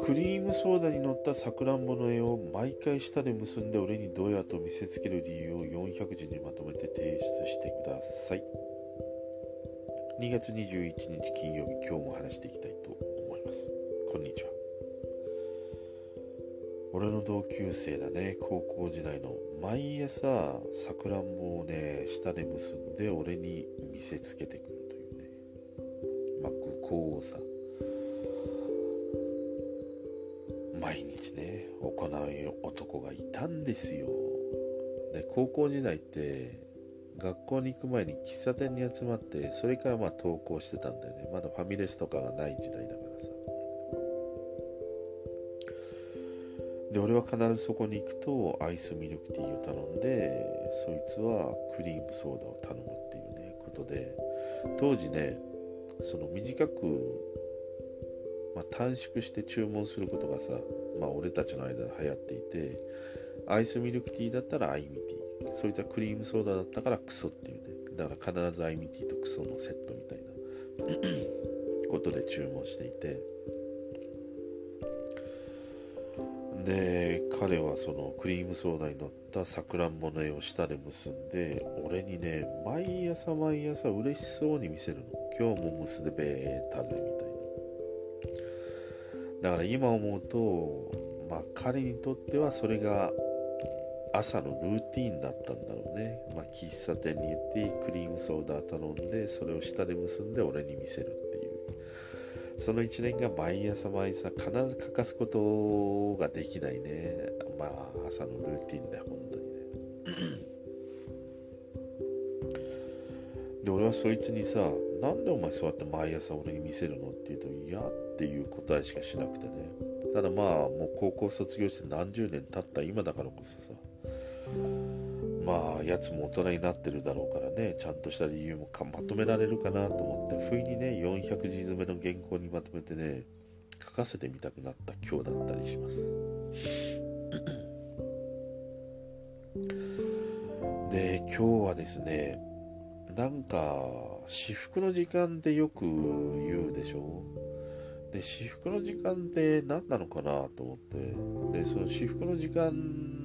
クリームソーダに乗ったさくらんぼの絵を毎回舌で結んで俺にどうやと見せつける理由を400字にまとめて提出してください。2月21日金曜日、今日も話していきたいと思います。こんにちは。俺の同級生だね、高校時代の。毎朝さくらんぼをね、舌で結んで俺に見せつけてくるというね、愚行をさ、毎日ね行う男がいたんですよ。で、高校時代って学校に行く前に喫茶店に集まって、それから登校してたんだよね。まだファミレスとかがない時代だからさ。で、俺は必ずそこに行くとアイスミルクティーを頼んで、そいつはクリームソーダを頼むっていうねことで、当時ね、その短く、短縮して注文することがさ、俺たちの間で流行っていて、アイスミルクティーだったらアイミティー、そいつはクリームソーダだったからクソっていうね、だから必ずアイミティーとクソのセットみたいなことで注文していて、で、彼はそのクリームソーダに乗ったさくらんぼの絵を舌で結んで俺にね、毎朝嬉しそうに見せるの。今日も結べたぜみたいな。だから今思うと、彼にとってはそれが朝のルーティーンだったんだろうね。喫茶店に行ってクリームソーダ頼んで、それを舌で結んで俺に見せるっていう、その一年が毎朝必ず欠かすことができないね。朝のルーティンだよ、本当にね。で、俺はそいつにさ、なんでお前そうやって毎朝俺に見せるのって言うと、いやっていう答えしかしなくてね。ただもう高校卒業して何十年経った今だからこそさ、やつも大人になってるだろうからね、ちゃんとした理由もまとめられるかなと思って、不意にね、400字詰めの原稿にまとめてね、書かせてみたくなった今日だったりします。で、今日はですね、至福の時間ってよく言うでしょ。で、至福の時間って何なのかなと思って、で、その至福の時間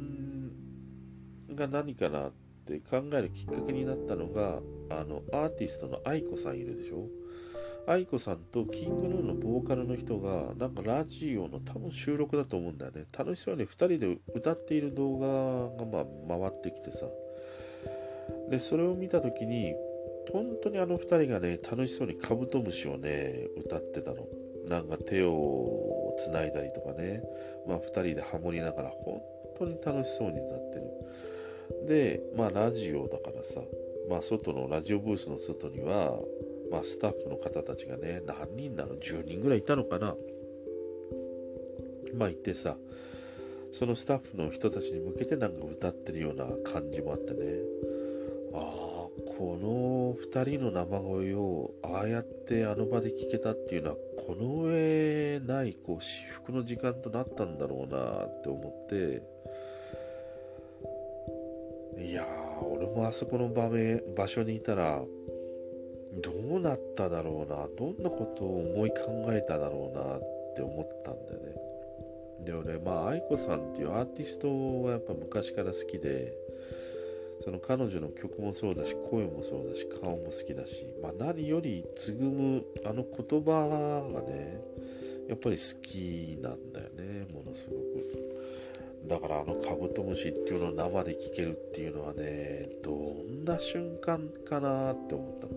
が何かなって考えるきっかけになったのが、アーティストの愛子さんいるでしょ。愛子さんとキングヌーのボーカルの人がラジオの多分収録だと思うんだよね。楽しそうに2人で歌っている動画が回ってきてさ、でそれを見た時に本当に2人がね、楽しそうにカブトムシをね歌ってたの。手をつないだりとかね、2人でハモりながら本当に楽しそうに歌ってる。で、ラジオだからさ、外のラジオブースの外には、スタッフの方たちがね、何人なの、10人ぐらいいたのかな、いてさ、そのスタッフの人たちに向けて歌ってるような感じもあってね、この2人の生声をああやってあの場で聞けたっていうのは、この上ない至福の時間となったんだろうなって思って、いやー、俺もあそこの場所にいたらどうなっただろうな、どんなことを思い考えただろうなって思ったんだよね。で、俺愛子さんっていうアーティストはやっぱ昔から好きで、その彼女の曲もそうだし、声もそうだし、顔も好きだし、何よりつぐむ言葉がね、やっぱり好きなんだよね、ものすごく。だからカブトムシっていうのを生で聴けるっていうのはね、どんな瞬間かなって思ったの。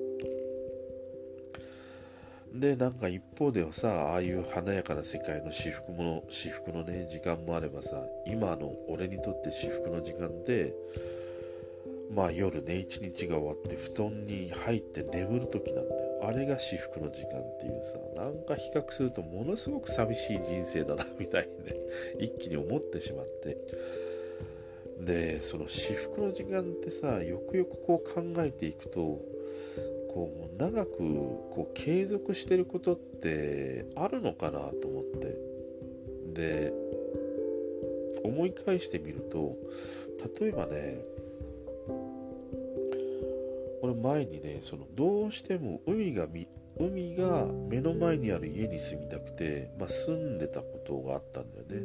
で、一方ではさ、ああいう華やかな世界の至福のね時間もあればさ、今の俺にとって至福の時間って夜ね、一日が終わって布団に入って眠る時なんだよ。あれが至福の時間っていうさ、比較するとものすごく寂しい人生だなみたいにね、一気に思ってしまって、で、その至福の時間ってさ、よくよく考えていくと、長く継続してることってあるのかなと思って、で思い返してみると、例えばね、俺前にね、どうしても海が海が目の前にある家に住みたくて、住んでたことがあったんだよね。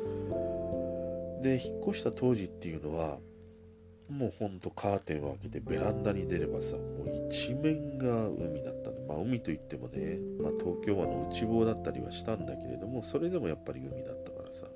で引っ越した当時っていうのはもうほんとカーテンを開けてベランダに出ればさ、もう一面が海だったの。海といってもね、東京湾の内房だったりはしたんだけれども、それでもやっぱり海だったからさ。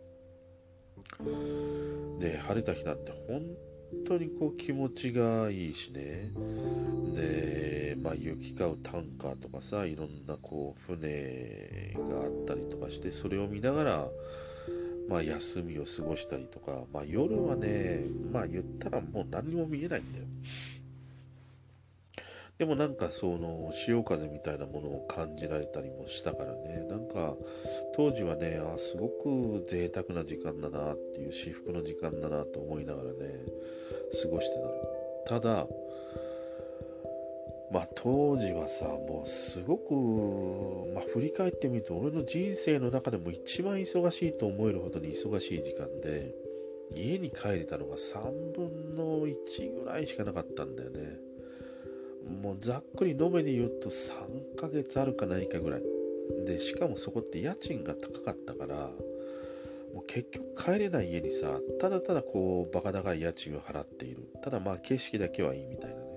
で晴れた日なんて本当にこう気持ちがいいしね。で行き交うタンカーとかさ、いろんなこう船があったりとかして、それを見ながら休みを過ごしたりとか、夜はね、言ったらもう何にも見えないんだよ。でもなんかその潮風みたいなものを感じられたりもしたからね、なんか当時はね、すごく贅沢な時間だなっていう、至福の時間だなと思いながらね過ごしてたの。ただ当時はさ、もうすごく、振り返ってみると俺の人生の中でも一番忙しいと思えるほどに忙しい時間で、家に帰れたのが3分の1ぐらいしかなかったんだよね。もうざっくり延べで言うと3ヶ月あるかないかぐらいで、しかもそこって家賃が高かったから、もう結局帰れない家にさ、ただただこうバカ高い家賃を払っている。ただ景色だけはいいみたいなね。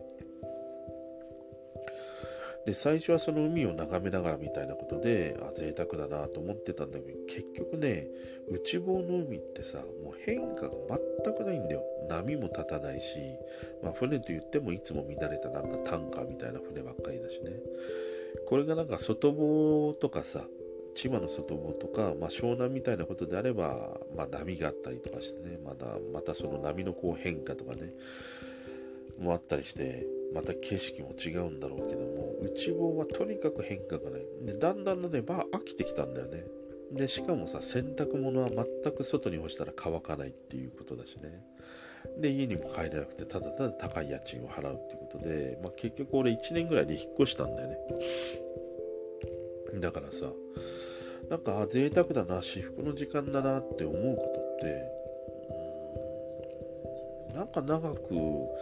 で最初はその海を眺めながらみたいなことで贅沢だなと思ってたんだけど、結局ね、内房の海ってさ、もう変化が全くないんだよ。波も立たないし、船と言ってもいつも見慣れたなんかタンカーみたいな船ばっかりだしね。これがなんか外房とかさ、千葉の外房とか、湘南みたいなことであれば、波があったりとかしてね、またその波のこう変化とかねもあったりして、また景色も違うんだろうけども、内房はとにかく変化がない。でだんだんね飽きてきたんだよね。でしかもさ、洗濯物は全く外に干したら乾かないっていうことだしね。で家にも帰れなくて、ただただ高い家賃を払うっていうことで、結局俺1年ぐらいで引っ越したんだよね。だからさ、なんか贅沢だな、至福の時間だなって思うことって、なんか長く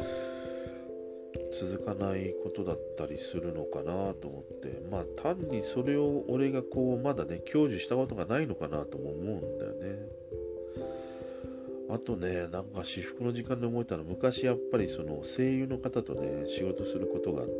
続かないことだったりするのかなと思って、単にそれを俺がこうまだね享受したことがないのかなとも思うんだよね。あとね、なんか至福の時間で思えたの、昔やっぱりその声優の方とね仕事することがあって、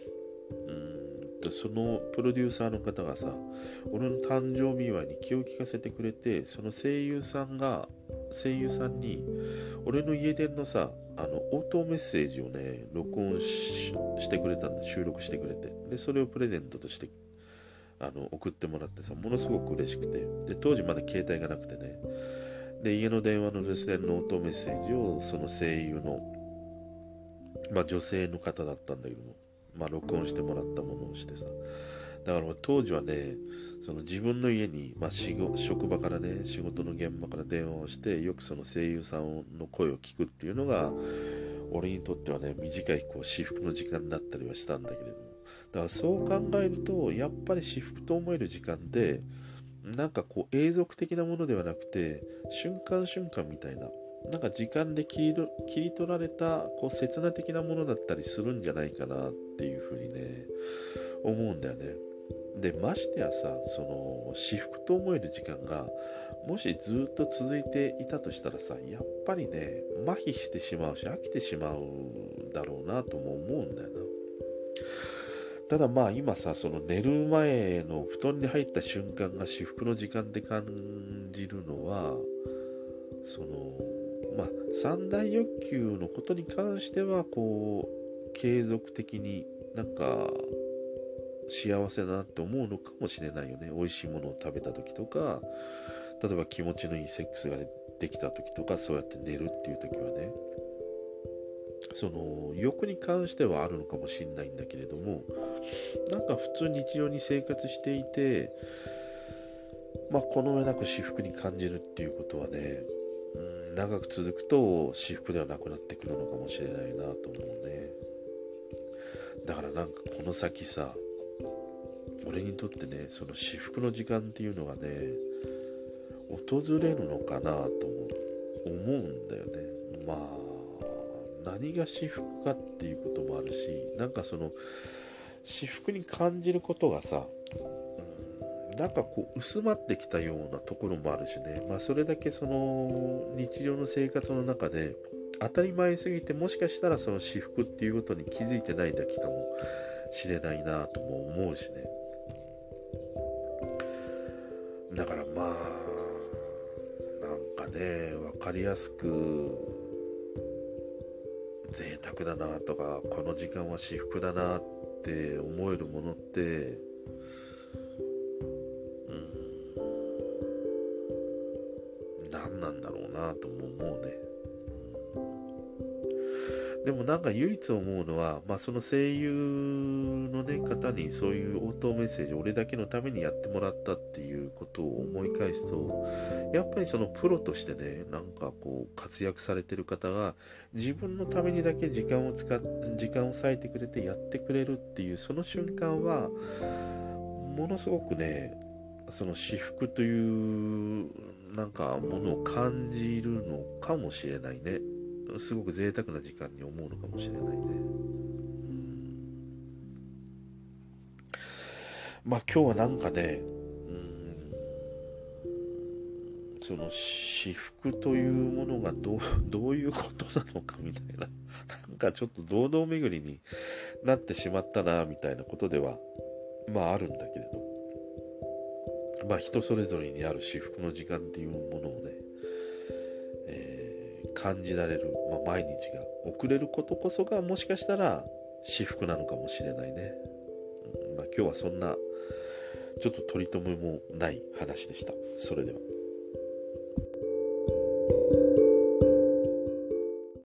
そのプロデューサーの方がさ、俺の誕生日祝いに気を利かせてくれて、その声優さんに俺の家電のさ、応答メッセージをね録音してくれたんで、収録してくれて、でそれをプレゼントとして送ってもらってさ、ものすごく嬉しくて、で当時まだ携帯がなくてね、で家の電話の留守電の応答メッセージをその声優の女性の方だったんだけども、録音してもらったものをしてさ、だから当時はね、その自分の家に、職場からね、仕事の現場から電話をして、よくその声優さんの声を聞くっていうのが俺にとってはね、短いこう至福の時間だったりはしたんだけれども、だからそう考えるとやっぱり至福と思える時間ってなんかこう永続的なものではなくて、瞬間瞬間みたいな、なんか時間で切り取られたこう刹那的なものだったりするんじゃないかなっていうふうにね思うんだよね。でましてやさ、その至福と思える時間がもしずっと続いていたとしたらさ、やっぱりね麻痺してしまうし飽きてしまうだろうなとも思うんだよな。ただ今さ、その寝る前の布団に入った瞬間が至福の時間で感じるのは、その三大欲求のことに関してはこう継続的になんか幸せだなって思うのかもしれないよね。美味しいものを食べた時とか、例えば気持ちのいいセックスができた時とか、そうやって寝るっていう時はね、その欲に関してはあるのかもしれないんだけれども、なんか普通日常に生活していて、この上なく至福に感じるっていうことはね、長く続くと至福ではなくなってくるのかもしれないなと思うね。だからなんかこの先さ、俺にとってね、その至福の時間っていうのがね訪れるのかなとも思うんだよね。何が至福かっていうこともあるし、なんかその至福に感じることがさ、なんかこう薄まってきたようなところもあるしね、それだけその日常の生活の中で当たり前すぎて、もしかしたらその至福っていうことに気づいてないだけかもしれないなとも思うしね。だからなんかね、分かりやすく贅沢だなとか、この時間は至福だなって思えるものって、何なんだろうなとも思うね。でもなんか唯一思うのは、その声優の、ね、方にそういう応答メッセージを俺だけのためにやってもらったっていうことを思い返すと、やっぱりそのプロとしてね、なんかこう活躍されてる方が自分のためにだけ時間を割いてくれてやってくれるっていうその瞬間はものすごくね、その至福というなんかものを感じるのかもしれないね。すごく贅沢な時間に思うのかもしれないね。今日はなんかね、その至福というものがどういうことなのかみたいな、なんかちょっと堂々巡りになってしまったなみたいなことではあるんだけれど、人それぞれにある至福の時間っていうものをね、感じられる、毎日が送れることこそがもしかしたら至福なのかもしれないね。今日はそんなちょっと取り留めもない話でした。それでは。